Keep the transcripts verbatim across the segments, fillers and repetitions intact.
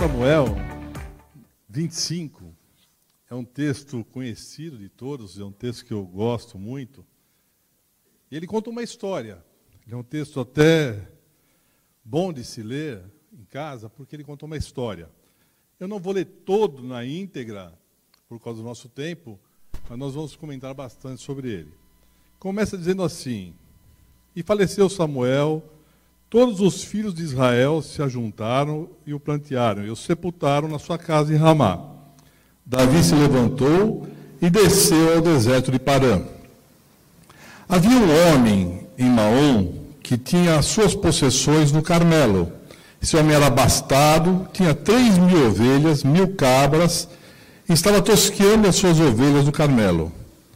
Samuel vinte e cinco é um texto conhecido de todos, é um texto que eu gosto muito. E ele conta uma história. Ele é um texto até bom de se ler em casa, porque ele conta uma história. Eu não vou ler todo na íntegra, por causa do nosso tempo, mas nós vamos comentar bastante sobre ele. Começa dizendo assim: e faleceu Samuel, todos os filhos de Israel se ajuntaram e o plantearam, e o sepultaram na sua casa em Ramá. Davi se levantou e desceu ao deserto de Parã. Havia um homem em Maom que tinha as suas possessões no Carmelo. Esse homem era abastado, tinha três mil ovelhas, mil cabras, e estava tosqueando as suas ovelhas no Carmelo.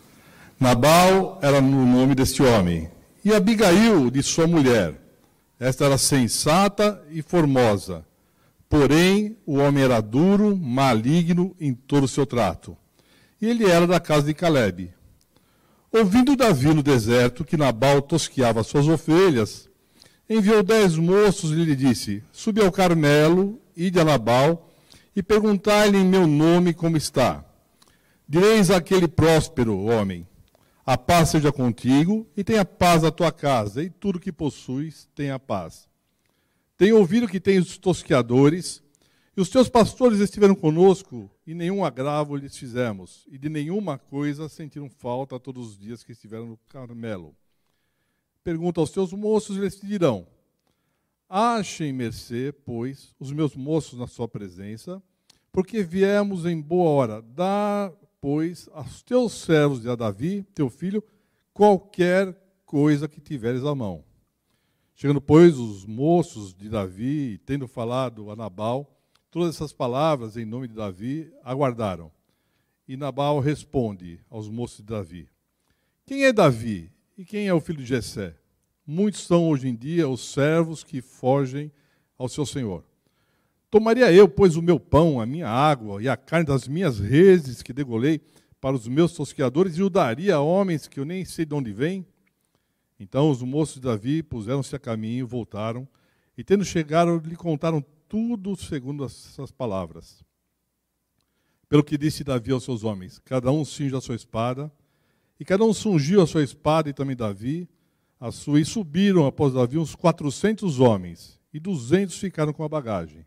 Nabal era o nome deste homem, e Abigail, de sua mulher. Esta era sensata e formosa, porém o homem era duro, maligno em todo o seu trato. E ele era da casa de Calebe. Ouvindo Davi no deserto que Nabal tosqueava suas ovelhas, enviou dez moços e lhe disse: subi ao Carmelo, ide a Nabal, e perguntai-lhe em meu nome como está. Direis àquele próspero homem: a paz seja contigo, e tenha paz a tua casa, e tudo que possuis tenha paz. Tenho ouvido que tens tosqueadores, e os teus pastores estiveram conosco, e nenhum agravo lhes fizemos, e de nenhuma coisa sentiram falta todos os dias que estiveram no Carmelo. Pergunta aos teus moços, e eles te dirão: achem mercê, pois, os meus moços na sua presença, porque viemos em boa hora. Dá, pois, aos teus servos e a Davi, teu filho, qualquer coisa que tiveres à mão. Chegando, pois, os moços de Davi, tendo falado a Nabal todas essas palavras em nome de Davi, aguardaram. E Nabal responde aos moços de Davi: quem é Davi e quem é o filho de Jessé? Muitos são hoje em dia os servos que fogem ao seu senhor. Tomaria eu, pois, o meu pão, a minha água e a carne das minhas reses que degolei para os meus tosqueadores e o daria a homens que eu nem sei de onde vêm? Então os moços de Davi puseram-se a caminho, voltaram, e tendo chegado, lhe contaram tudo segundo essas palavras. Pelo que disse Davi aos seus homens: cada um cinja a sua espada, e cada um cingiu a sua espada, e também Davi a sua, e subiram após Davi uns quatrocentos homens, e duzentos ficaram com a bagagem.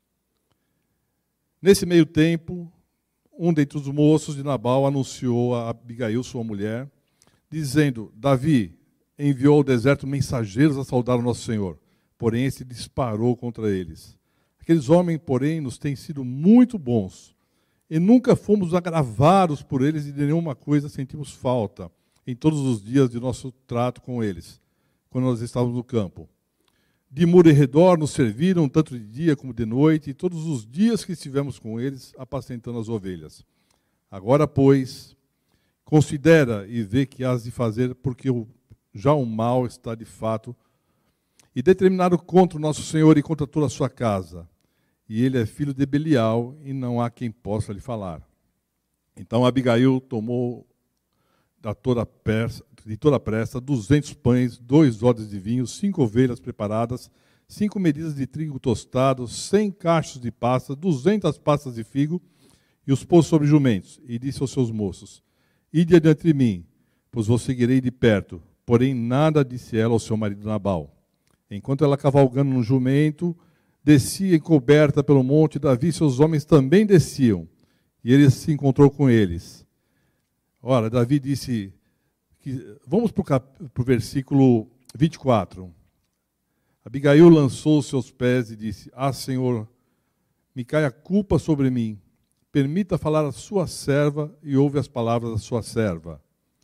Nesse meio tempo, um dentre os moços de Nabal anunciou a Abigail, sua mulher, dizendo: Davi enviou ao deserto mensageiros a saudar o nosso Senhor, porém este disparou contra eles. Aqueles homens, porém, nos têm sido muito bons, e nunca fomos agravados por eles, e de nenhuma coisa sentimos falta em todos os dias de nosso trato com eles, quando nós estávamos no campo. De muro em redor nos serviram, tanto de dia como de noite, e todos os dias que estivemos com eles, apacentando as ovelhas. Agora, pois, considera e vê que has de fazer, porque o, já o mal está de fato, e determinado contra o nosso Senhor e contra toda a sua casa. E ele é filho de Belial, e não há quem possa lhe falar. Então Abigail tomou da toda pressa, de toda a pressa, duzentos pães, dois odres de vinho, cinco ovelhas preparadas, cinco medidas de trigo tostado, cem cachos de pasta, duzentas pastas de figo, e os pôs sobre jumentos, e disse aos seus moços: ide adiante de mim, pois vos seguirei de perto. Porém nada disse ela ao seu marido Nabal. Enquanto ela cavalgando no jumento, descia encoberta pelo monte, Davi e seus homens também desciam, e ele se encontrou com eles. Ora, Davi disse, que, vamos para o versículo vinte e quatro. Abigail lançou os seus pés e disse: ah, Senhor, me cai a culpa sobre mim. Permita falar a sua serva, e ouve as palavras da sua serva.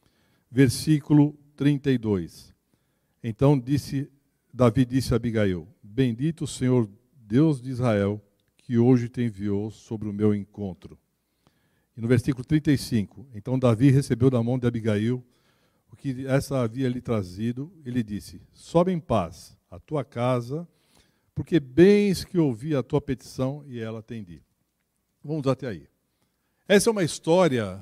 Versículo trinta e dois. Então disse, Davi disse a Abigail: bendito o Senhor Deus de Israel, que hoje te enviou sobre o meu encontro. E no versículo trinta e cinco, então Davi recebeu da mão de Abigail o que essa havia lhe trazido, e lhe disse: sobe em paz à tua casa, porque bens que ouvi a tua petição, e ela atendi. Vamos até aí. Essa é uma história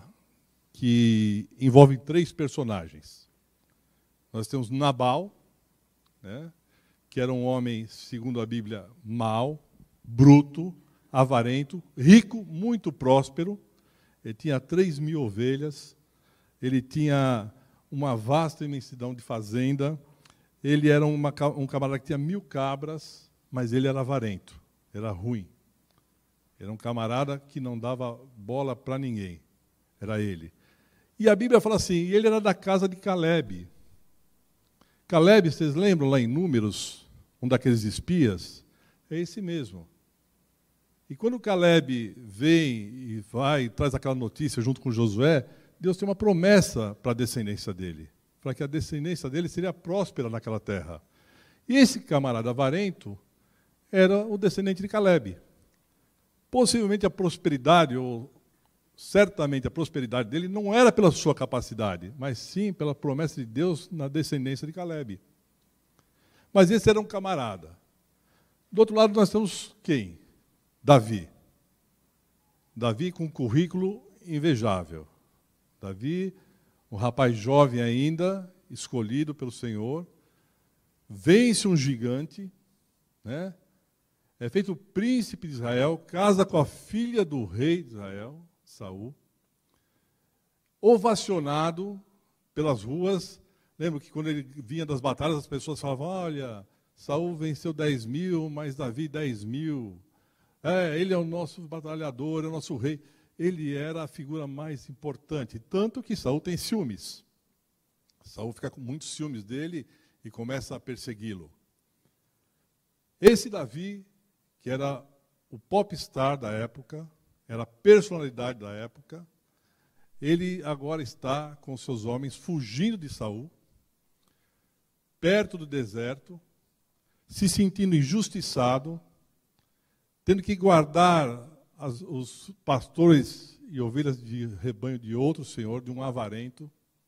que envolve três personagens. Nós temos Nabal, né, que era um homem, segundo a Bíblia, mau, bruto, avarento, rico, muito próspero. Ele tinha três mil ovelhas, ele tinha uma vasta imensidão de fazenda, ele era uma, um camarada que tinha mil cabras, mas ele era avarento, era ruim. Era um camarada que não dava bola para ninguém, era ele. E a Bíblia fala assim, ele era da casa de Calebe. Calebe, vocês lembram lá em Números, um daqueles espias? É esse mesmo. E quando Calebe vem e vai, traz aquela notícia junto com Josué, Deus tem uma promessa para a descendência dele, para que a descendência dele seria próspera naquela terra. E esse camarada avarento era o descendente de Calebe. Possivelmente a prosperidade, ou certamente a prosperidade dele, não era pela sua capacidade, mas sim pela promessa de Deus na descendência de Calebe. Mas esse era um camarada. Do outro lado nós temos quem? Davi. Davi com um currículo invejável. Davi, um rapaz jovem ainda, escolhido pelo Senhor, vence um gigante, né? É feito príncipe de Israel, casa com a filha do rei de Israel, Saul, ovacionado pelas ruas. Lembro que quando ele vinha das batalhas, as pessoas falavam, olha, Saul venceu dez mil, mas Davi dez mil. É, ele é o nosso batalhador, é o nosso rei. Ele era a figura mais importante, tanto que Saul tem ciúmes. Saul fica com muitos ciúmes dele e começa a persegui-lo. Esse Davi, que era o popstar da época, era a personalidade da época, ele agora está com seus homens fugindo de Saul, perto do deserto, se sentindo injustiçado, tendo que guardar as, os pastores e ovelhas de rebanho de outro senhor, de um avarento.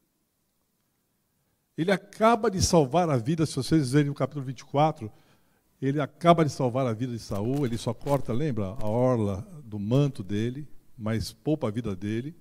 Ele acaba de salvar a vida, se vocês verem no capítulo vinte e quatro, ele acaba de salvar a vida de Saul, ele só corta, lembra, a orla do manto dele, mas poupa a vida dele.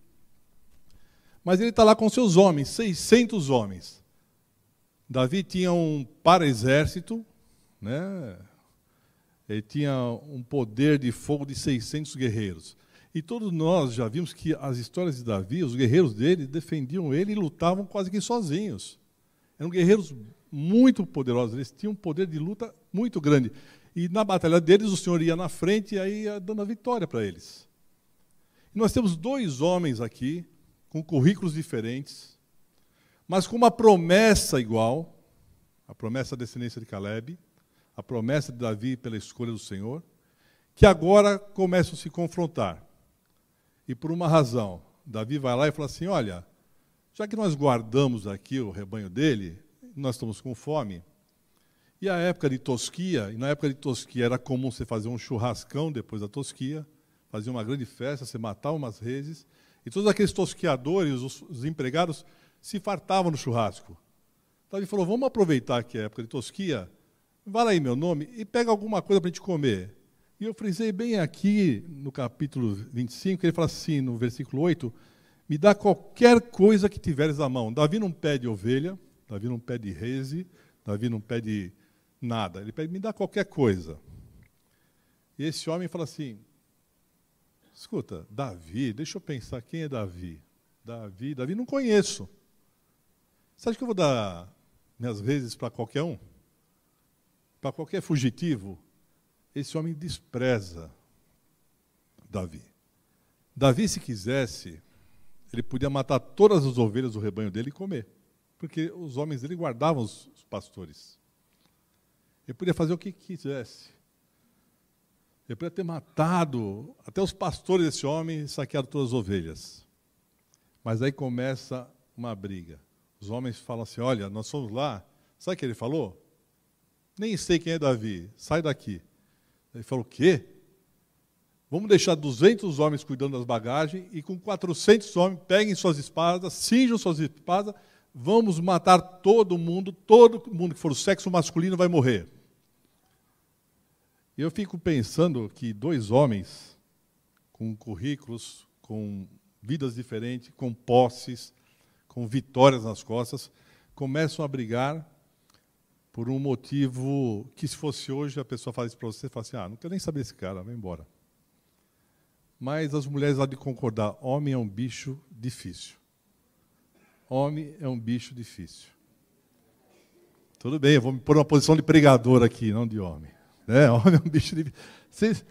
Mas ele está lá com seus homens, seiscentos homens. Davi tinha um para-exército, né? Ele tinha um poder de fogo de seiscentos guerreiros. E todos nós já vimos que as histórias de Davi, os guerreiros dele, defendiam ele e lutavam quase que sozinhos. Eram guerreiros muito poderosos, eles tinham um poder de luta muito grande. E na batalha deles, o Senhor ia na frente e aí ia dando a vitória para eles. E nós temos dois homens aqui, com currículos diferentes, mas com uma promessa igual, a promessa da descendência de Calebe, a promessa de Davi pela escolha do Senhor, que agora começam a se confrontar. E por uma razão, Davi vai lá e fala assim, olha, já que nós guardamos aqui o rebanho dele, nós estamos com fome, e a época de tosquia, e na época de tosquia era comum você fazer um churrascão depois da tosquia, fazer uma grande festa, você matava umas reses, e todos aqueles tosquiadores, os, os empregados, se fartavam no churrasco. Davi falou, vamos aproveitar que é a época de tosquia, vai lá aí meu nome e pega alguma coisa para a gente comer. E eu frisei bem aqui no capítulo vinte e cinco, ele fala assim, no versículo oito, me dá qualquer coisa que tiveres à mão. Davi não pede ovelha, Davi não pede reze, Davi não pede nada. Ele pede, me dá qualquer coisa. E esse homem fala assim, escuta, Davi, deixa eu pensar, quem é Davi? Davi, Davi não conheço. Você acha que eu vou dar minhas rezes para qualquer um? Para qualquer fugitivo? Esse homem despreza Davi. Davi, se quisesse, ele podia matar todas as ovelhas do rebanho dele e comer, porque os homens dele guardavam os, os pastores. Ele podia fazer o que quisesse. Ele podia ter matado até os pastores desse homem e saqueado todas as ovelhas. Mas aí começa uma briga. Os homens falam assim, olha, nós fomos lá, sabe o que ele falou? Nem sei quem é Davi, sai daqui. Ele falou, o quê? Vamos deixar duzentos homens cuidando das bagagens e com quatrocentos homens peguem suas espadas, cinjam suas espadas, vamos matar todo mundo, todo mundo que for o sexo masculino vai morrer. E eu fico pensando que dois homens com currículos, com vidas diferentes, com posses, com vitórias nas costas, começam a brigar por um motivo que, se fosse hoje, a pessoa faz isso para você e fala assim, ah, não quero nem saber desse cara, vai embora. mas as mulheres há de concordar, homem é um bicho difícil. Homem é um bicho difícil. Tudo bem, eu vou me pôr numa posição de pregador aqui, não de homem. É, homem é um bicho difícil. Você,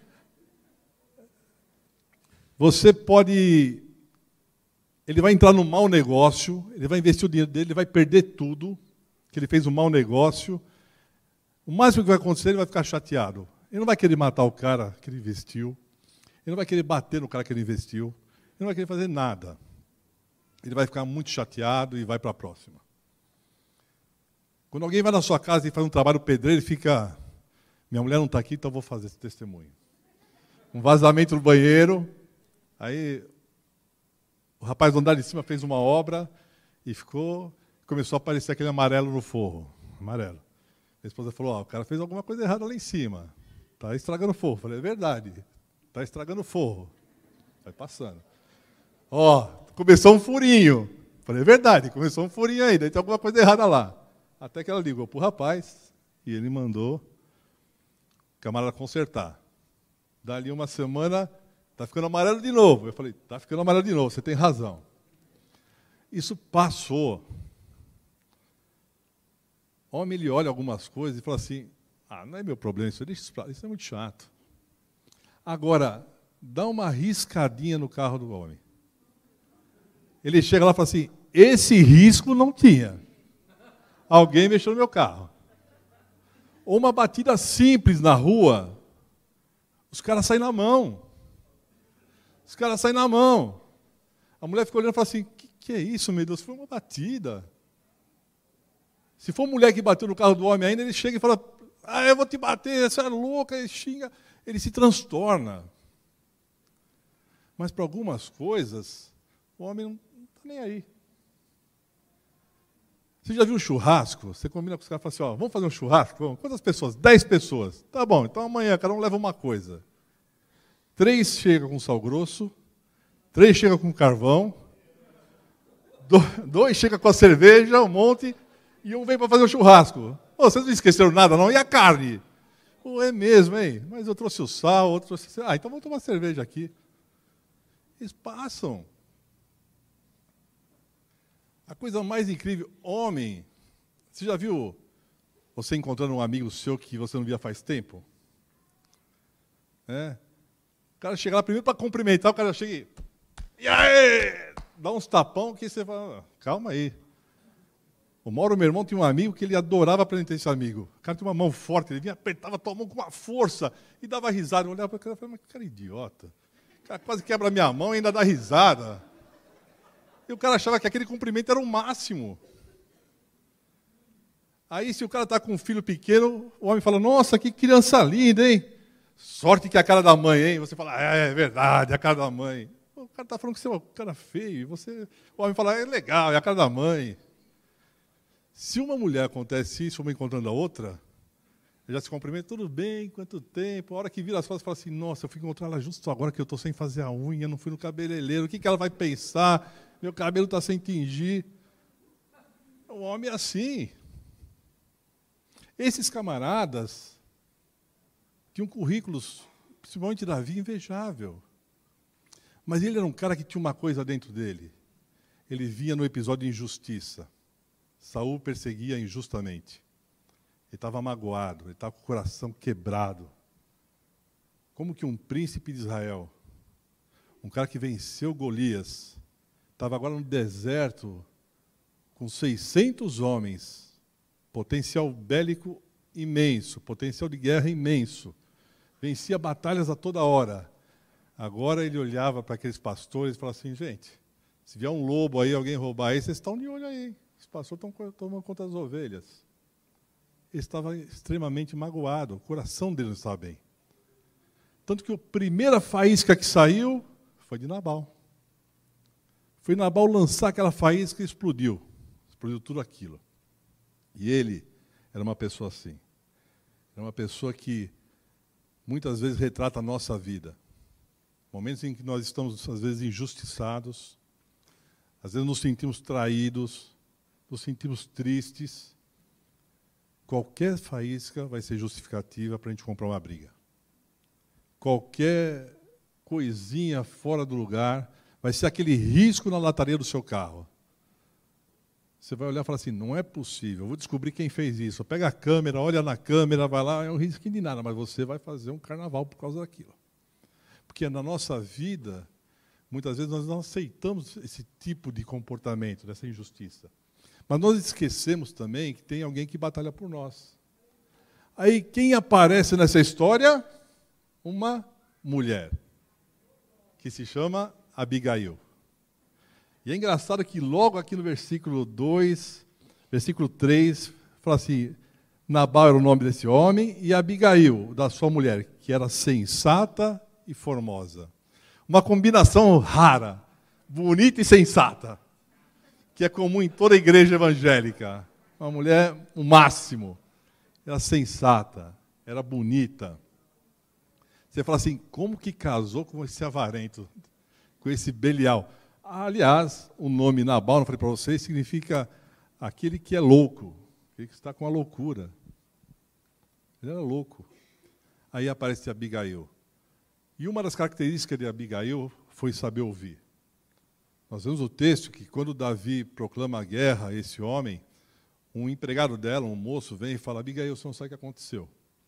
você pode... Ele vai entrar num mau negócio, ele vai investir o dinheiro dele, ele vai perder tudo, que ele fez um mau negócio. O máximo que vai acontecer, ele vai ficar chateado. Ele não vai querer matar o cara que ele investiu, ele não vai querer bater no cara que ele investiu, ele não vai querer fazer nada. Ele vai ficar muito chateado e vai para a próxima. Quando alguém vai na sua casa e faz um trabalho pedreiro, ele fica... Minha mulher não está aqui, então eu vou fazer esse testemunho. Um vazamento no banheiro, aí o rapaz do andar de cima fez uma obra e ficou, começou a aparecer aquele amarelo no forro. Amarelo. A esposa falou, oh, o cara fez alguma coisa errada lá em cima. Está estragando o forro. Eu falei, é verdade. Está estragando o forro. Vai passando. Ó, oh, começou um furinho. Eu falei, é verdade, começou um furinho aí, daí tem alguma coisa errada lá. Até que ela ligou para o rapaz e ele mandou o camarada consertar. Dali uma semana, está ficando amarelo de novo. Eu falei, está ficando amarelo de novo, você tem razão. Isso passou. O homem, ele olha algumas coisas e fala assim, ah, não é meu problema isso, deixa isso, isso é muito chato. Agora, dá uma riscadinha no carro do homem. Ele chega lá e fala assim, esse risco não tinha. Alguém mexeu no meu carro. Ou uma batida simples na rua, os caras saem na mão. Os caras saem na mão. A mulher fica olhando e fala assim, o que, que é isso, meu Deus? Foi uma batida. Se for mulher que bateu no carro do homem ainda, ele chega e fala, ah, eu vou te bater, você é louca, ele xinga. Ele se transtorna. Mas para algumas coisas, o homem não está nem aí. Você já viu um churrasco? Você combina com os caras e fala assim, ó, vamos fazer um churrasco? Vamos. Quantas pessoas? Dez pessoas. Tá bom, então amanhã cada um leva uma coisa. Três chegam com sal grosso, três chegam com carvão, dois chegam com a cerveja, um monte, e um vem para fazer um churrasco. Oh, vocês não esqueceram nada, não? E a carne? Oh, é mesmo, hein? Mas eu trouxe o sal, outro trouxe... Ah, então vamos tomar cerveja aqui. Eles passam. A coisa mais incrível, homem, você já viu você encontrando um amigo seu que você não via faz tempo? É. O cara chega lá primeiro para cumprimentar, o cara chega e... E aí? Dá uns tapão que você fala, calma aí. O Mauro, meu irmão, tinha um amigo que ele adorava aprender esse amigo. O cara tinha uma mão forte, ele vinha, apertava a tua mão com uma força e dava risada. Eu olhava para o cara e falava, mas que cara idiota. O cara quase quebra a minha mão e ainda dá risada. E o cara achava que aquele cumprimento era o máximo. Aí, se o cara está com um filho pequeno, o homem fala, nossa, que criança linda, hein? Sorte que é a cara da mãe, hein? Você fala, é, é verdade, é a cara da mãe. O cara está falando que você é um cara feio. E você... O homem fala, é legal, é a cara da mãe. Se uma mulher acontece isso, uma encontrando a outra, já se cumprimenta, tudo bem, quanto tempo? A hora que vira as costas, fala assim, nossa, eu fui encontrar ela justo agora que eu estou sem fazer a unha, não fui no cabeleireiro, o que, que ela vai pensar? Meu cabelo está sem tingir. O homem é assim. Esses camaradas tinham currículos, principalmente Davi, invejável. Mas ele era um cara que tinha uma coisa dentro dele. Ele via no episódio de injustiça. Saul perseguia injustamente. Ele estava magoado, ele estava com o coração quebrado. Como que um príncipe de Israel, um cara que venceu Golias, estava agora no deserto com seiscentos homens, potencial bélico imenso, potencial de guerra imenso, vencia batalhas a toda hora. Agora ele olhava para aqueles pastores e falava assim, gente, se vier um lobo aí, alguém roubar aí, vocês estão de olho aí. Os pastores estão tomando conta das ovelhas. Ele estava extremamente magoado, o coração dele não estava bem. Tanto que a primeira faísca que saiu foi de Nabal. Foi Nabal lançar aquela faísca e explodiu. Explodiu tudo aquilo. E ele era uma pessoa assim. Era uma pessoa que muitas vezes retrata a nossa vida. Momentos em que nós estamos, às vezes, injustiçados, às vezes nos sentimos traídos, nos sentimos tristes. Qualquer faísca vai ser justificativa para a gente comprar uma briga. Qualquer coisinha fora do lugar, vai ser aquele risco na lataria do seu carro. Você vai olhar e falar assim, não é possível, eu vou descobrir quem fez isso. Pega a câmera, olha na câmera, vai lá, é um risco de nada, mas você vai fazer um carnaval por causa daquilo. Porque na nossa vida, muitas vezes nós não aceitamos esse tipo de comportamento, dessa injustiça. Mas nós esquecemos também que tem alguém que batalha por nós. Aí quem aparece nessa história? Uma mulher, que se chama Abigail. E é engraçado que logo aqui no versículo dois, versículo três, fala assim, Nabal era o nome desse homem, e Abigail, da sua mulher, que era sensata e formosa. Uma combinação rara, bonita e sensata, que é comum em toda a igreja evangélica. Uma mulher, o máximo. Era sensata, era bonita. Você fala assim, como que casou com esse avarento, com esse Belial? Aliás, o nome Nabal, não falei para vocês, significa aquele que é louco, aquele que está com a loucura. Ele era louco. Aí aparece Abigail. E uma das características de Abigail foi saber ouvir. Nós vemos o texto que quando Davi proclama a guerra a esse homem, um empregado dela, um moço, vem e fala, Abigail, você não sabe o que aconteceu.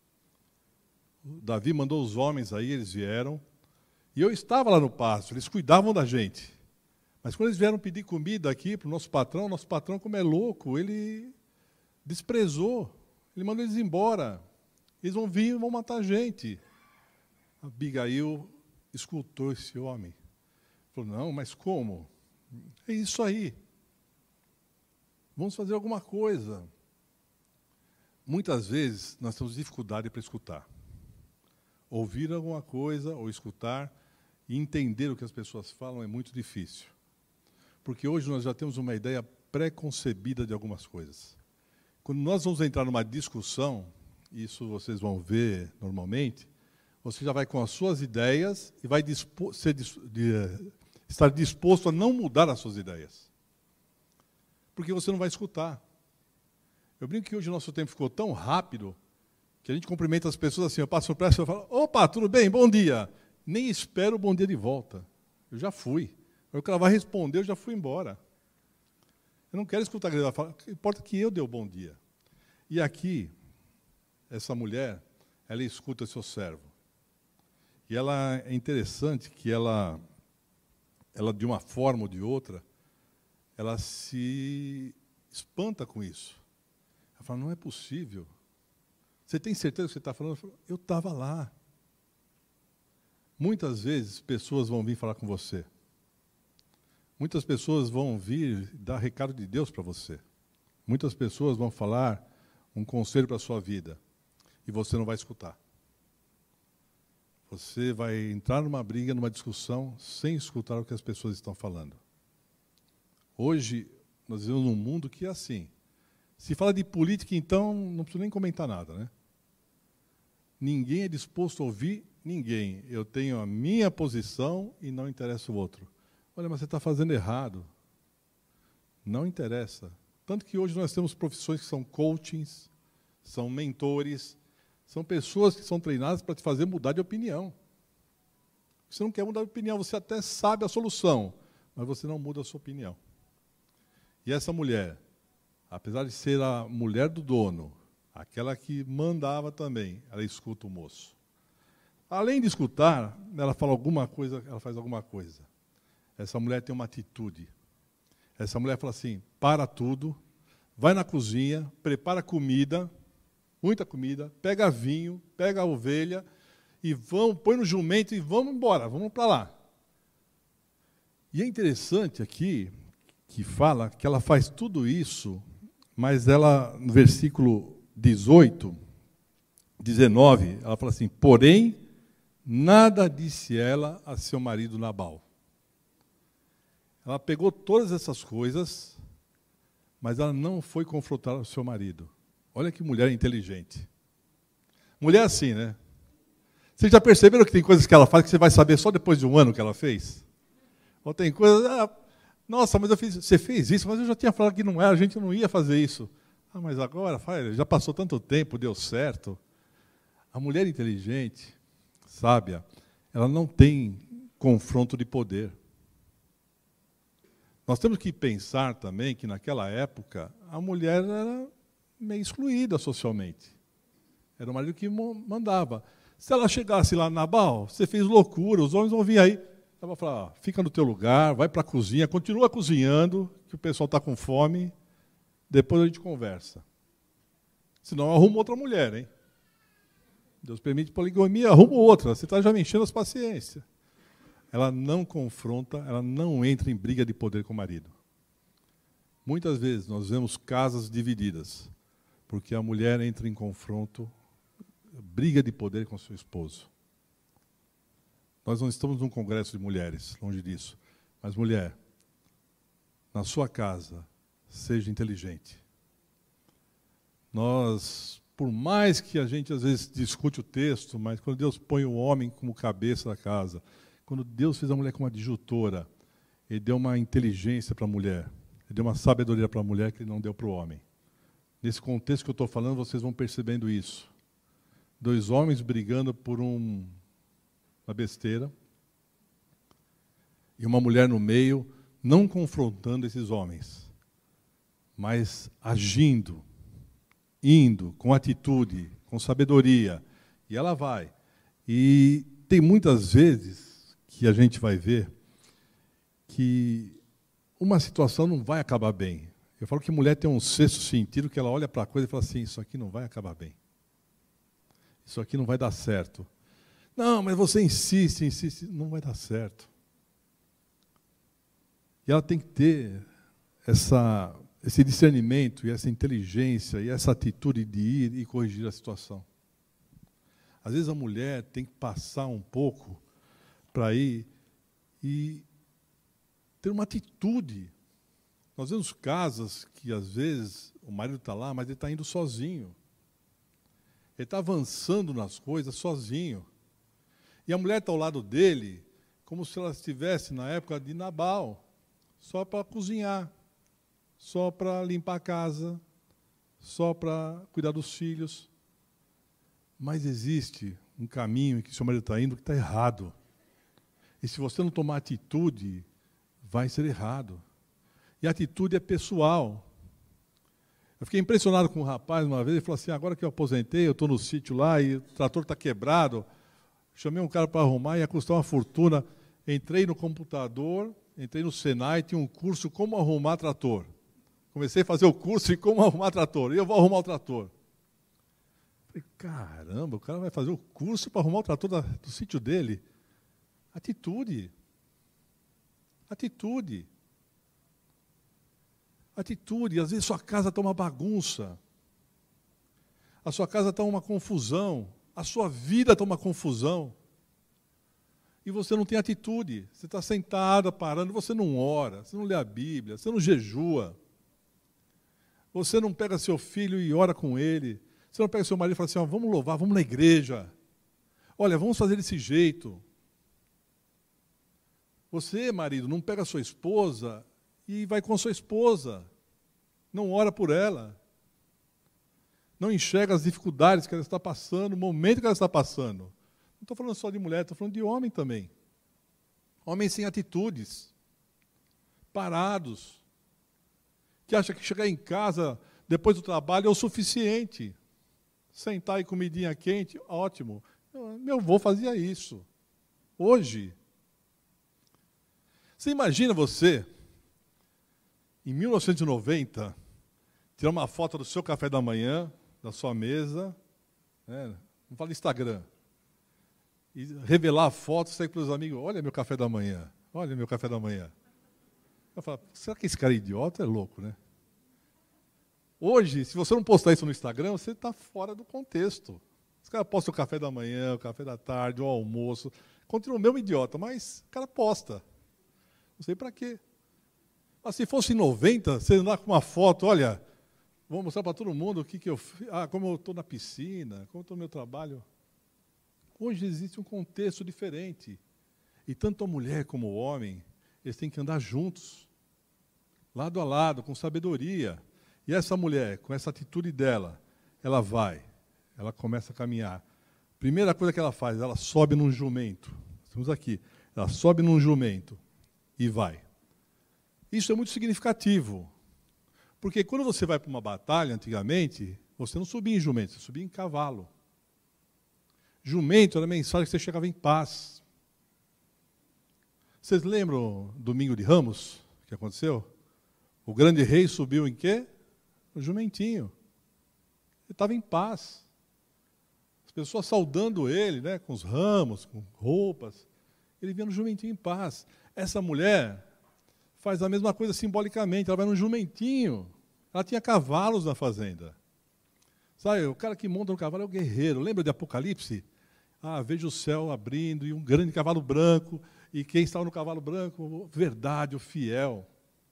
Davi mandou os homens aí, eles vieram, e eu estava lá no pasto, eles cuidavam da gente. Mas quando eles vieram pedir comida aqui para o nosso patrão, nosso patrão, como é louco, ele desprezou, ele mandou eles embora. Eles vão vir e vão matar a gente. Abigail escutou esse homem. Falou, não, mas como? É isso aí. Vamos fazer alguma coisa. Muitas vezes nós temos dificuldade para escutar. Ouvir alguma coisa ou escutar e entender o que as pessoas falam é muito difícil. Porque hoje nós já temos uma ideia pré-concebida de algumas coisas. Quando nós vamos entrar numa discussão, isso vocês vão ver normalmente, você já vai com as suas ideias e vai dispo ser, de, estar disposto a não mudar as suas ideias. Porque você não vai escutar. Eu brinco que hoje o nosso tempo ficou tão rápido que a gente cumprimenta as pessoas assim, eu passo por essa e eu falo, opa, tudo bem, bom dia. Nem espero o bom dia de volta. Eu já fui. O que ela vai responder, eu já fui embora. Eu não quero escutar ela falar, importa que eu dê o bom dia. E aqui, essa mulher, ela escuta seu servo. E ela é interessante que ela, ela, de uma forma ou de outra, ela se espanta com isso. Ela fala, não é possível. Você tem certeza do que você está falando? Eu estava lá. Muitas vezes, pessoas vão vir falar com você. Muitas pessoas vão vir dar recado de Deus para você. Muitas pessoas vão falar um conselho para a sua vida. E você não vai escutar. Você vai entrar numa briga, numa discussão, sem escutar o que as pessoas estão falando. Hoje, nós vivemos num mundo que é assim. Se fala de política, então, não preciso nem comentar nada, né? Ninguém é disposto a ouvir ninguém. Eu tenho a minha posição e não interessa o outro. Olha, mas você está fazendo errado. Não interessa. Tanto que hoje nós temos profissões que são coachings, são mentores, são pessoas que são treinadas para te fazer mudar de opinião. Você não quer mudar de opinião, você até sabe a solução, mas você não muda a sua opinião. E essa mulher, apesar de ser a mulher do dono, aquela que mandava também, ela escuta o moço. Além de escutar, ela fala alguma coisa, ela faz alguma coisa. Essa mulher tem uma atitude. Essa mulher fala assim, para tudo, vai na cozinha, prepara comida, muita comida, pega vinho, pega a ovelha, e vão, põe no jumento e vamos embora, vamos para lá. E é interessante aqui, que fala que ela faz tudo isso, mas ela, no versículo dezoito, dezenove, ela fala assim, porém, nada disse ela a seu marido Nabal. Ela pegou todas essas coisas, mas ela não foi confrontar o seu marido. Olha que mulher inteligente. Mulher assim, né? Vocês já perceberam que tem coisas que ela faz que você vai saber só depois de um ano que ela fez? Ou tem coisas... Ah, nossa, mas eu fiz, você fez isso, mas eu já tinha falado que não era, a gente não ia fazer isso. Ah, mas agora, já passou tanto tempo, deu certo. A mulher inteligente, sábia, ela não tem confronto de poder. Nós temos que pensar também que, naquela época, a mulher era meio excluída socialmente. Era o marido que mandava. Se ela chegasse lá, Nabal, você fez loucura, os homens vão vir aí. Ela vai falar, ó, fica no teu lugar, vai para a cozinha, continua cozinhando, que o pessoal está com fome, depois a gente conversa. Senão arruma outra mulher, hein? Deus permite poligamia, arruma outra, você está já me enchendo as paciências. Ela não confronta, ela não entra em briga de poder com o marido. Muitas vezes nós vemos casas divididas, porque a mulher entra em confronto, briga de poder com seu esposo. Nós não estamos num congresso de mulheres, longe disso. Mas, mulher, na sua casa, seja inteligente. Nós, por mais que a gente às vezes discute o texto, mas quando Deus põe o homem como cabeça da casa, quando Deus fez a mulher como adjutora, Ele deu uma inteligência para a mulher, Ele deu uma sabedoria para a mulher que Ele não deu para o homem. Nesse contexto que eu estou falando, vocês vão percebendo isso. Dois homens brigando por um, uma besteira, e uma mulher no meio, não confrontando esses homens, mas agindo, indo, com atitude, com sabedoria. E ela vai. E tem muitas vezes que a gente vai ver que uma situação não vai acabar bem. Eu falo que mulher tem um sexto sentido, que ela olha para a coisa e fala assim, isso aqui não vai acabar bem. Isso aqui não vai dar certo. Não, mas você insiste, insiste, não vai dar certo. E ela tem que ter essa, esse discernimento, e essa inteligência, e essa atitude de ir e corrigir a situação. Às vezes a mulher tem que passar um pouco para ir e ter uma atitude. Nós vemos casas que, às vezes, o marido está lá, mas ele está indo sozinho. Ele está avançando nas coisas sozinho. E a mulher está ao lado dele, como se ela estivesse na época de Nabal, só para cozinhar, só para limpar a casa, só para cuidar dos filhos. Mas existe um caminho em que o seu marido está indo que está errado. E se você não tomar atitude, vai ser errado. E a atitude é pessoal. Eu fiquei impressionado com um rapaz uma vez, ele falou assim, agora que eu aposentei, eu estou no sítio lá e o trator está quebrado, chamei um cara para arrumar, ia custar uma fortuna. Entrei no computador, entrei no Senai, tinha um curso como arrumar trator. Comecei a fazer o curso de como arrumar trator, e eu vou arrumar o trator. Falei, caramba, o cara vai fazer o curso para arrumar o trator da, do sítio dele. Atitude. Atitude. Atitude. Às vezes sua casa está uma bagunça. A sua casa está uma confusão. A sua vida está uma confusão. E você não tem atitude. Você está sentada, parando, você não ora, você não lê a Bíblia, você não jejua. Você não pega seu filho e ora com ele. Você não pega seu marido e fala assim, ó, vamos louvar, vamos na igreja. Olha, vamos fazer desse jeito. Você, marido, não pega a sua esposa e vai com a sua esposa. Não ora por ela. Não enxerga as dificuldades que ela está passando, o momento que ela está passando. Não estou falando só de mulher, estou falando de homem também. Homens sem atitudes, parados, que acha que chegar em casa depois do trabalho é o suficiente. Sentar e comidinha quente, ótimo. Meu avô fazia isso. Hoje, você imagina você, em mil novecentos e noventa, tirar uma foto do seu café da manhã, da sua mesa, né? Não fala Instagram, e revelar a foto, sair para os amigos, olha meu café da manhã, olha meu café da manhã. Eu falo, será que esse cara é idiota? É louco, né? Hoje, se você não postar isso no Instagram, você está fora do contexto. Os caras postam o café da manhã, o café da tarde, o almoço, continua o mesmo idiota, mas o cara posta. Não sei para quê. Mas se fosse em noventa, você andar com uma foto, olha, vou mostrar para todo mundo o que, que eu fiz, ah, como eu estou na piscina, como estou no meu trabalho. Hoje existe um contexto diferente. E tanto a mulher como o homem, eles têm que andar juntos, lado a lado, com sabedoria. E essa mulher, com essa atitude dela, ela vai, ela começa a caminhar. Primeira coisa que ela faz, ela sobe num jumento. Estamos aqui. Ela sobe num jumento e vai. Isso é muito significativo. Porque quando você vai para uma batalha, antigamente, você não subia em jumento, você subia em cavalo. Jumento era a mensagem que você chegava em paz. Vocês lembram Domingo de Ramos, que aconteceu? O grande rei subiu em quê? O jumentinho. Ele estava em paz. As pessoas saudando ele, né, com os ramos, com roupas. Ele vinha no jumentinho em paz. Essa mulher faz a mesma coisa simbolicamente. Ela vai no jumentinho. Ela tinha cavalos na fazenda. Sabe, o cara que monta no cavalo é o guerreiro. Lembra de Apocalipse? Ah, vejo o céu abrindo e um grande cavalo branco. E quem estava no cavalo branco? Verdade, o fiel.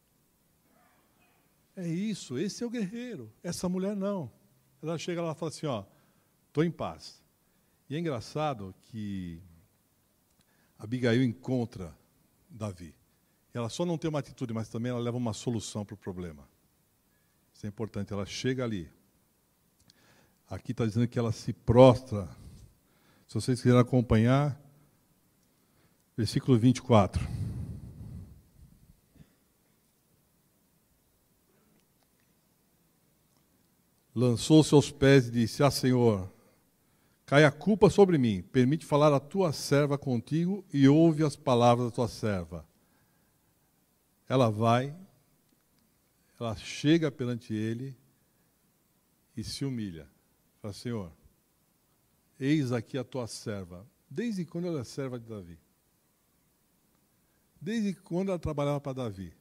É isso, esse é o guerreiro. Essa mulher não. Ela chega lá e fala assim, ó, estou em paz. E é engraçado que Abigail encontra Davi. Ela só não tem uma atitude, mas também ela leva uma solução para o problema. Isso é importante, ela chega ali. Aqui está dizendo que ela se prostra. Se vocês quiserem acompanhar, versículo vinte e quatro. Lançou-se aos pés e disse, ah, Senhor, cai a culpa sobre mim, permite falar a tua serva contigo e ouve as palavras da tua serva. Ela vai, ela chega perante ele e se humilha. Fala, Senhor, eis aqui a tua serva. Desde quando ela é serva de Davi? Desde quando ela trabalhava para Davi?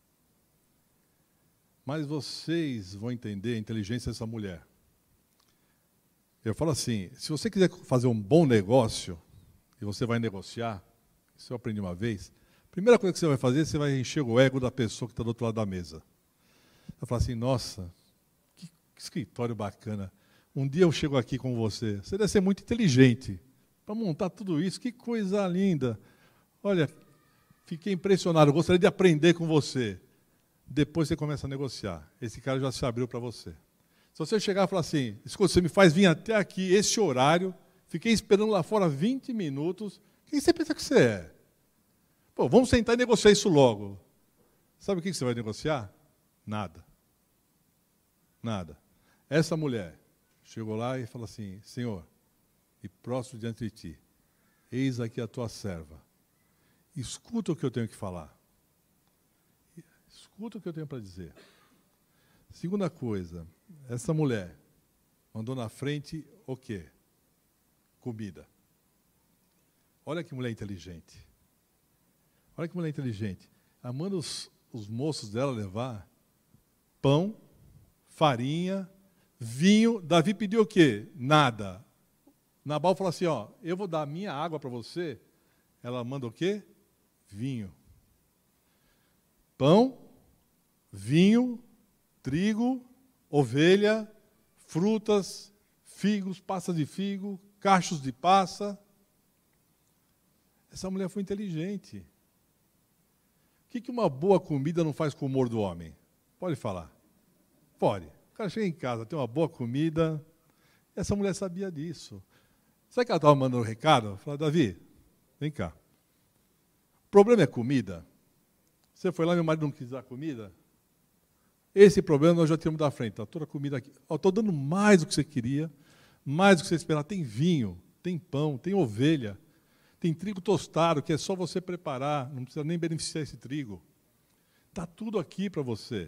Mas vocês vão entender a inteligência dessa mulher. Eu falo assim, se você quiser fazer um bom negócio, e você vai negociar, isso eu aprendi uma vez, a primeira coisa que você vai fazer, você vai encher o ego da pessoa que está do outro lado da mesa. Vai falar assim, nossa, que escritório bacana. Um dia eu chego aqui com você, você deve ser muito inteligente para montar tudo isso, que coisa linda. Olha, fiquei impressionado, gostaria de aprender com você. Depois você começa a negociar. Esse cara já se abriu para você. Se você chegar e falar assim, escuta, você me faz vir até aqui, esse horário, fiquei esperando lá fora vinte minutos, quem você pensa que você é? Pô, vamos sentar e negociar isso logo. Sabe o que você vai negociar? Nada. Nada. Essa mulher chegou lá e falou assim, Senhor, e prostro diante de ti, eis aqui a tua serva. Escuta o que eu tenho que falar. Escuta o que eu tenho para dizer. Segunda coisa, essa mulher mandou na frente o quê? Comida. Olha que mulher inteligente. Olha que mulher inteligente. Ela manda os, os moços dela levar pão, farinha, vinho. Davi pediu o quê? Nada. Nabal falou assim, ó, eu vou dar a minha água para você. Ela manda o quê? Vinho. Pão, vinho, trigo, ovelha, frutas, figos, passas de figo, cachos de passa. Essa mulher foi inteligente. O que que uma boa comida não faz com o humor do homem? Pode falar. Pode. O cara chega em casa, tem uma boa comida. Essa mulher sabia disso. Sabe que ela estava mandando um recado? Falou, Davi, vem cá. O problema é comida. Você foi lá, meu marido não quis dar comida? Esse problema nós já tínhamos da frente. Está toda a comida aqui. Estou dando mais do que você queria, mais do que você esperava. Tem vinho, tem pão, tem ovelha, tem trigo tostado, que é só você preparar, não precisa nem beneficiar esse trigo. Está tudo aqui para você.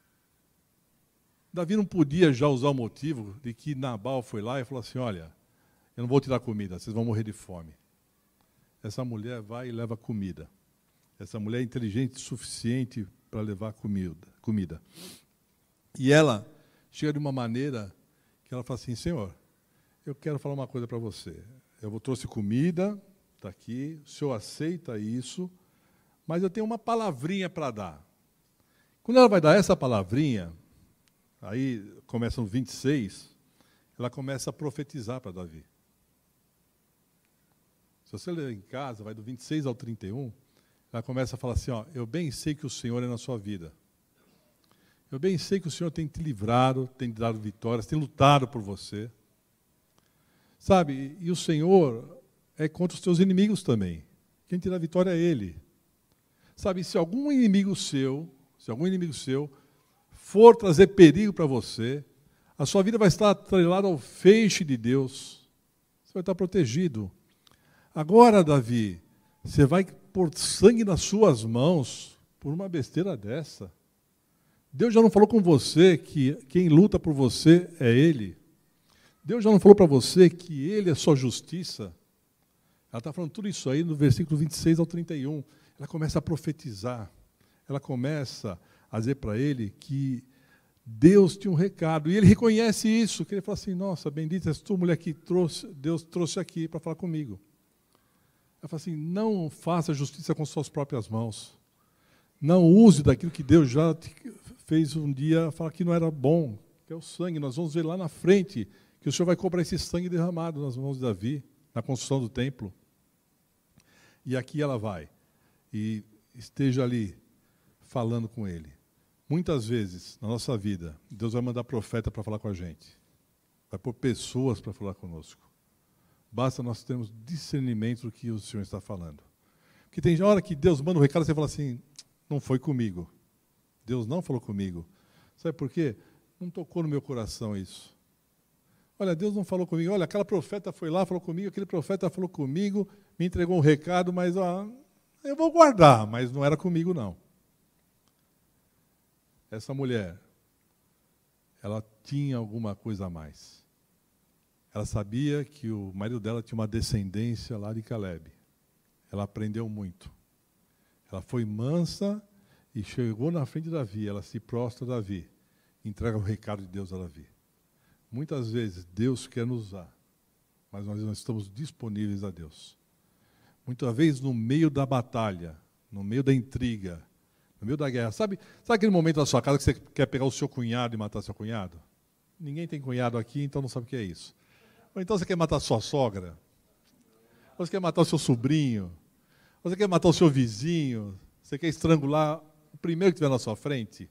Davi não podia já usar o motivo de que Nabal foi lá e falou assim, olha, eu não vou te dar comida, vocês vão morrer de fome. Essa mulher vai e leva comida. Essa mulher é inteligente o suficiente para levar comida, comida. E ela chega de uma maneira que ela fala assim, Senhor, eu quero falar uma coisa para você. Eu vou trouxe comida, está aqui, o Senhor aceita isso, mas eu tenho uma palavrinha para dar. Quando ela vai dar essa palavrinha, aí começa no vinte e seis, ela começa a profetizar para Davi. Se você ler em casa, vai do vinte e seis ao trinta e um, ela começa a falar assim, ó, eu bem sei que o Senhor é na sua vida. Eu bem sei que o Senhor tem te livrado, tem te dado vitórias, tem lutado por você. Sabe, e o Senhor é contra os teus inimigos também. O Quem te dá a vitória é Ele. Sabe, se algum inimigo seu, se algum inimigo seu for trazer perigo para você, a sua vida vai estar atrelada ao feixe de Deus. Você vai estar protegido. Agora, Davi, você vai pôr sangue nas suas mãos por uma besteira dessa. Deus já não falou com você que quem luta por você é Ele? Deus já não falou para você que Ele é sua justiça? Ela está falando tudo isso aí no versículo vinte e seis ao trinta e um. Ela começa a profetizar. Ela começa a dizer para ele que Deus tinha um recado. E ele reconhece isso, que ele fala assim, nossa, bendita és tu, mulher que trouxe, Deus trouxe aqui para falar comigo. Ela fala assim, não faça justiça com suas próprias mãos. Não use daquilo que Deus já fez um dia, falar que não era bom, que é o sangue. Nós vamos ver lá na frente que o Senhor vai cobrar esse sangue derramado nas mãos de Davi, na construção do templo. E aqui ela vai, e esteja ali falando com ele. Muitas vezes, na nossa vida, Deus vai mandar profeta para falar com a gente. Vai pôr pessoas para falar conosco. Basta nós termos discernimento do que o Senhor está falando. Porque tem hora que Deus manda um recado e você fala assim, não foi comigo. Deus não falou comigo. Sabe por quê? Não tocou no meu coração isso. Olha, Deus não falou comigo. Olha, aquela profeta foi lá, falou comigo, aquele profeta falou comigo, me entregou um recado, mas ó, eu vou guardar, mas não era comigo, não. Essa mulher, ela tinha alguma coisa a mais. Ela sabia que o marido dela tinha uma descendência lá de Caleb. Ela aprendeu muito. Ela foi mansa e chegou na frente de Davi. Ela se prostra a Davi, entrega o recado de Deus a Davi. Muitas vezes Deus quer nos usar, mas nós não estamos disponíveis a Deus. Muitas vezes no meio da batalha, no meio da intriga, no meio da guerra. Sabe, sabe aquele momento da sua casa que você quer pegar o seu cunhado e matar seu cunhado? Ninguém tem cunhado aqui, então não sabe o que é isso. Ou então você quer matar a sua sogra? Ou você quer matar o seu sobrinho? Ou você quer matar o seu vizinho? Você quer estrangular o primeiro que estiver na sua frente?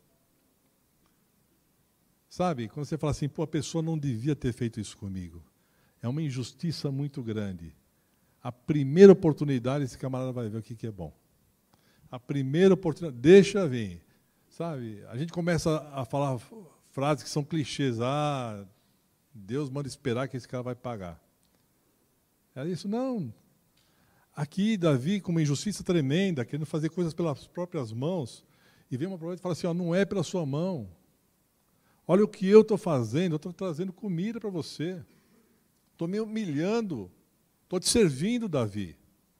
Sabe, quando você fala assim, pô, a pessoa não devia ter feito isso comigo. É uma injustiça muito grande. A primeira oportunidade, esse camarada vai ver o que, que é bom. A primeira oportunidade, deixa vir. Sabe, a gente começa a falar frases que são clichês. Ah, Deus manda esperar que esse cara vai pagar. É isso? Não. Aqui, Davi, com uma injustiça tremenda, querendo fazer coisas pelas próprias mãos, e vem uma profeta e fala assim, ó, não é pela sua mão. Olha o que eu estou fazendo, eu estou trazendo comida para você. Estou me humilhando. Estou te servindo, Davi.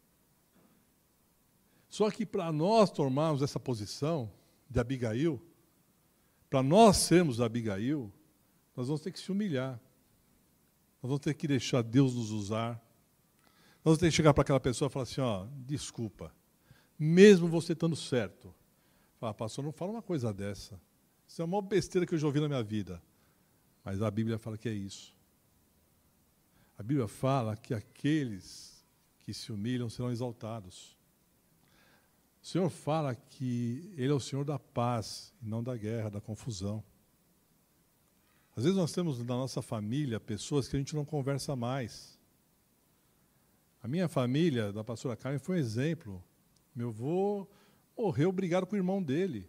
Só que para nós tomarmos essa posição de Abigail, para nós sermos Abigail, nós vamos ter que se humilhar. Nós vamos ter que deixar Deus nos usar. Nós vamos ter que chegar para aquela pessoa e falar assim, ó, desculpa, mesmo você estando certo. Fala, pastor, não fala uma coisa dessa. Isso é a maior besteira que eu já ouvi na minha vida. Mas a Bíblia fala que é isso. A Bíblia fala que aqueles que se humilham serão exaltados. O Senhor fala que Ele é o Senhor da paz, e não da guerra, da confusão. Às vezes nós temos na nossa família pessoas que a gente não conversa mais. A minha família, da pastora Carmen, foi um exemplo. Meu avô morreu brigado com o irmão dele.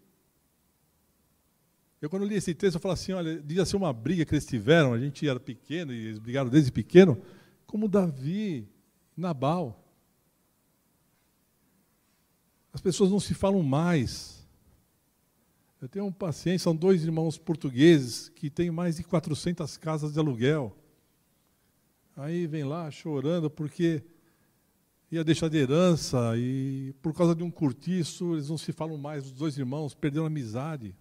Eu, quando li esse texto, eu falei assim, olha, devia ser uma briga que eles tiveram, a gente era pequeno, e eles brigaram desde pequeno, como Davi e Nabal. As pessoas não se falam mais. Eu tenho um paciente, são dois irmãos portugueses, que têm mais de quatrocentas casas de aluguel. Aí vem lá chorando, porque ia deixar de herança, e por causa de um cortiço, eles não se falam mais, os dois irmãos perderam a amizade.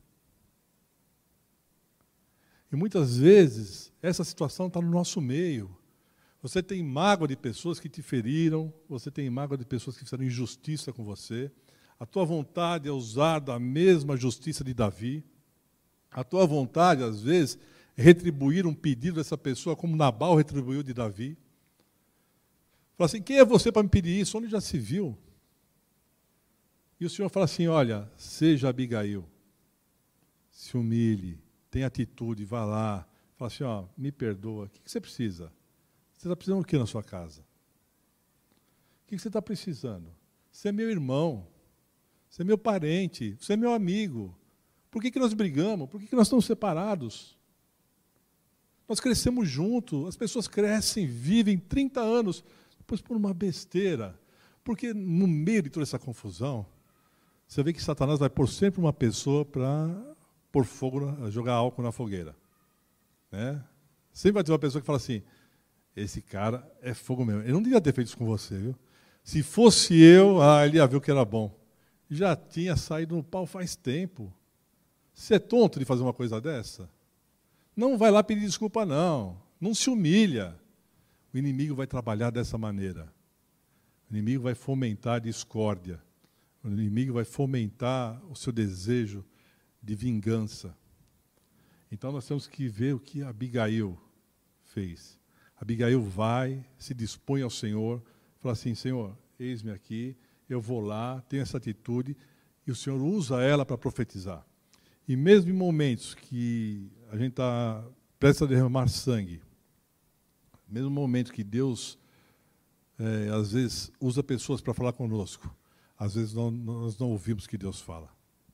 E muitas vezes, essa situação está no nosso meio. Você tem mágoa de pessoas que te feriram, você tem mágoa de pessoas que fizeram injustiça com você. A tua vontade é usar da mesma justiça de Davi. A tua vontade, às vezes, é retribuir um pedido dessa pessoa, como Nabal retribuiu de Davi. Fala assim, quem é você para me pedir isso? Onde já se viu? E o Senhor fala assim, olha, seja Abigail, se humilhe, tenha atitude, vá lá, fala assim, ó, me perdoa, o que você precisa? Você está precisando do que na sua casa? O que você está precisando? Você é meu irmão. Você é meu parente. Você é meu amigo. Por que que nós brigamos? Por que que nós estamos separados? Nós crescemos juntos. As pessoas crescem, vivem trinta anos, depois por uma besteira. Porque no meio de toda essa confusão, você vê que Satanás vai pôr sempre uma pessoa para pôr fogo, jogar álcool na fogueira. Né? Sempre vai ter uma pessoa que fala assim, esse cara é fogo mesmo. Ele não devia ter feito isso com você, viu? Se fosse eu, ah, ele ia ver o que era bom. Já tinha saído no pau faz tempo. Você é tonto de fazer uma coisa dessa? Não vai lá pedir desculpa, não. Não se humilha. O inimigo vai trabalhar dessa maneira. O inimigo vai fomentar a discórdia. O inimigo vai fomentar o seu desejo de vingança. Então nós temos que ver o que Abigail fez. Abigail vai, se dispõe ao Senhor, fala assim, Senhor, eis-me aqui, eu vou lá, tenho essa atitude, e o Senhor usa ela para profetizar. E mesmo em momentos que a gente está prestes a derramar sangue, mesmo em momentos que Deus, é, às vezes, usa pessoas para falar conosco, às vezes não, nós não ouvimos o que Deus fala.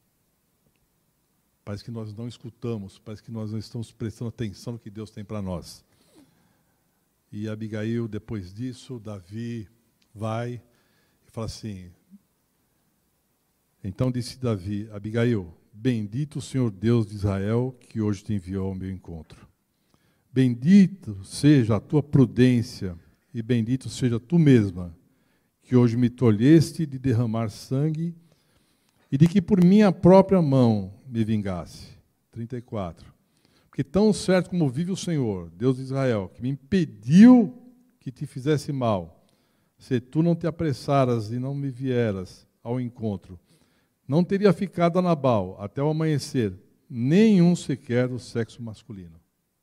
Parece que nós não escutamos, parece que nós não estamos prestando atenção no que Deus tem para nós. E Abigail, depois disso, Davi vai e fala assim, então disse Davi, Abigail, bendito o Senhor Deus de Israel, que hoje te enviou ao meu encontro. Bendito seja a tua prudência, e bendito seja tu mesma, que hoje me tolheste de derramar sangue, e de que por minha própria mão me vingasse. trinta e quatro. Porque tão certo como vive o Senhor, Deus de Israel, que me impediu que te fizesse mal, se tu não te apressaras e não me vieras ao encontro, não teria ficado a Nabal até o amanhecer, nenhum sequer do sexo masculino.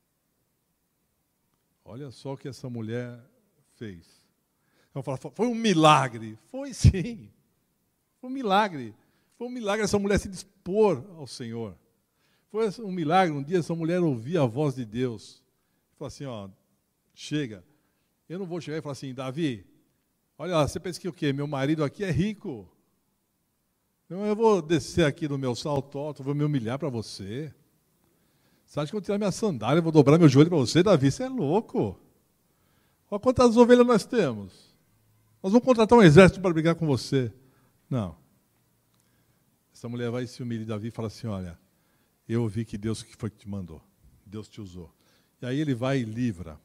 Olha só o que essa mulher fez. Então, falar, foi um milagre. Foi sim. Foi um milagre. Foi um milagre essa mulher se dispor ao Senhor. Foi um milagre, um dia essa mulher ouvia a voz de Deus. Falou assim, ó, chega. Eu não vou chegar e falar assim, Davi, olha lá, você pensa que o quê? Meu marido aqui é rico. Então eu vou descer aqui no meu salto alto, vou me humilhar para você. Você acha que eu vou tirar minha sandália, vou dobrar meu joelho para você, Davi? Você é louco. Olha quantas ovelhas nós temos. Nós vamos contratar um exército para brigar com você. Não. Essa mulher vai se humilhar, Davi, e fala assim, olha, eu ouvi que Deus que foi que te mandou. Deus te usou. E aí ele vai e livra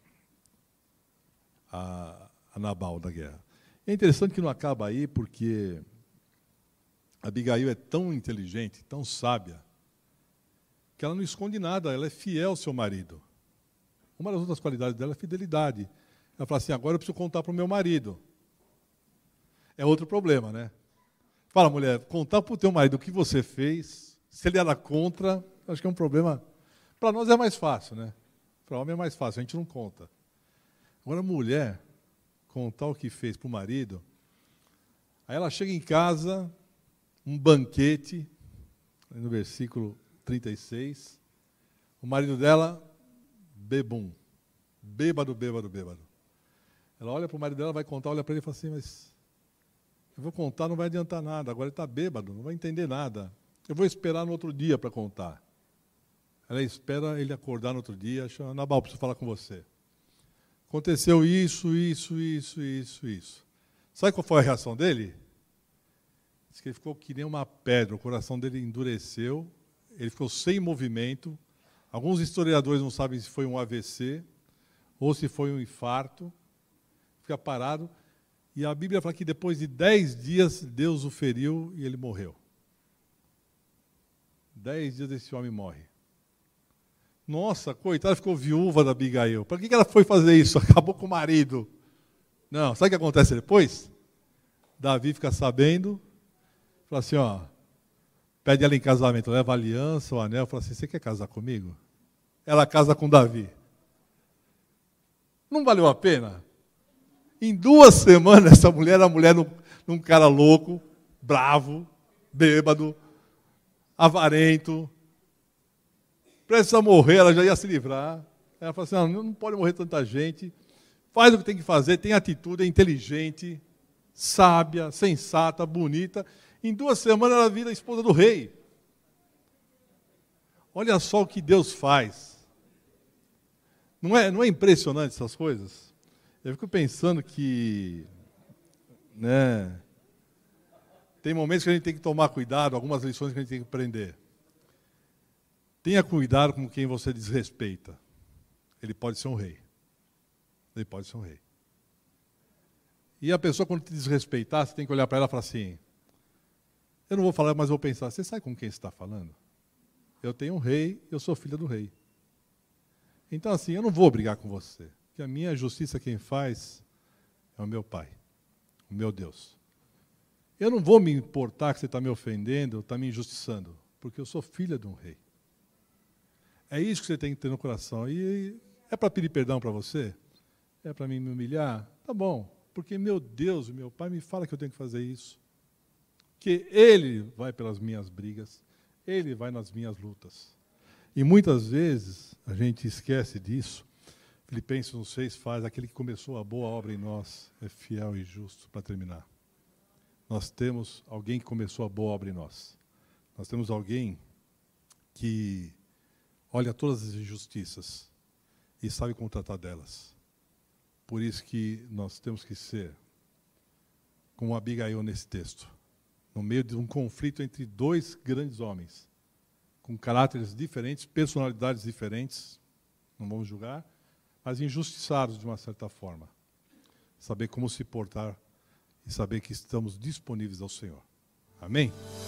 a, a Nabal da guerra. É interessante que não acaba aí, porque Abigail é tão inteligente, tão sábia, que ela não esconde nada, ela é fiel ao seu marido. Uma das outras qualidades dela é a fidelidade. Ela fala assim, agora eu preciso contar para o meu marido. É outro problema, né? Fala, mulher, contar para o teu marido o que você fez, se ele era contra, acho que é um problema. Para nós é mais fácil, né? Para o homem é mais fácil, a gente não conta. Agora, a mulher, contar o que fez para o marido, aí ela chega em casa, um banquete, no versículo trinta e seis, o marido dela, bebum, bêbado, bêbado, bêbado. Ela olha para o marido dela, vai contar, olha para ele e fala assim, mas eu vou contar, não vai adiantar nada, agora ele está bêbado, não vai entender nada. Eu vou esperar no outro dia para contar. Ela espera ele acordar no outro dia, chama, Nabal, preciso falar com você. Aconteceu isso, isso, isso, isso, isso. Sabe qual foi a reação dele? Diz que ele ficou que nem uma pedra, o coração dele endureceu, ele ficou sem movimento. Alguns historiadores não sabem se foi um A V C ou se foi um infarto. Fica parado. E a Bíblia fala que depois de dez dias, Deus o feriu e ele morreu. Dez dias esse homem morre. Nossa, coitada, ficou viúva da Abigail. Para que ela foi fazer isso? Acabou com o marido. Não, sabe o que acontece depois? Davi fica sabendo, fala assim, ó, pede ela em casamento, leva a aliança, o anel, fala assim, você quer casar comigo? Ela casa com Davi. Não valeu a pena? Em duas semanas, essa mulher era mulher num, num cara louco, bravo, bêbado, avarento, prestes a morrer, ela já ia se livrar. Ela falou assim, não, não pode morrer tanta gente, faz o que tem que fazer, tem atitude, é inteligente, sábia, sensata, bonita. Em duas semanas ela vira a esposa do rei. Olha só o que Deus faz. Não é, não é impressionante essas coisas? Eu fico pensando que, né, tem momentos que a gente tem que tomar cuidado, algumas lições que a gente tem que aprender. Tenha cuidado com quem você desrespeita. Ele pode ser um rei. Ele pode ser um rei. E a pessoa, quando te desrespeitar, você tem que olhar para ela e falar assim, eu não vou falar, mas vou pensar, você sabe com quem você está falando? Eu tenho um rei, eu sou filha do rei. Então, assim, eu não vou brigar com você. Porque a minha justiça quem faz é o meu Pai, o meu Deus. Eu não vou me importar que você está me ofendendo, está me injustiçando, porque eu sou filha de um rei. É isso que você tem que ter no coração. E é para pedir perdão para você? É para mim me humilhar? Tá bom, porque meu Deus, meu Pai me fala que eu tenho que fazer isso. Que Ele vai pelas minhas brigas, Ele vai nas minhas lutas. E muitas vezes a gente esquece disso. Filipenses um seis faz, aquele que começou a boa obra em nós é fiel e justo para terminar. Nós temos alguém que começou a boa obra em nós. Nós temos alguém que olha todas as injustiças e sabe como tratar delas. Por isso que nós temos que ser como Abigail nesse texto, no meio de um conflito entre dois grandes homens, com caráteres diferentes, personalidades diferentes, não vamos julgar, mas injustiçados de uma certa forma. Saber como se portar e saber que estamos disponíveis ao Senhor. Amém?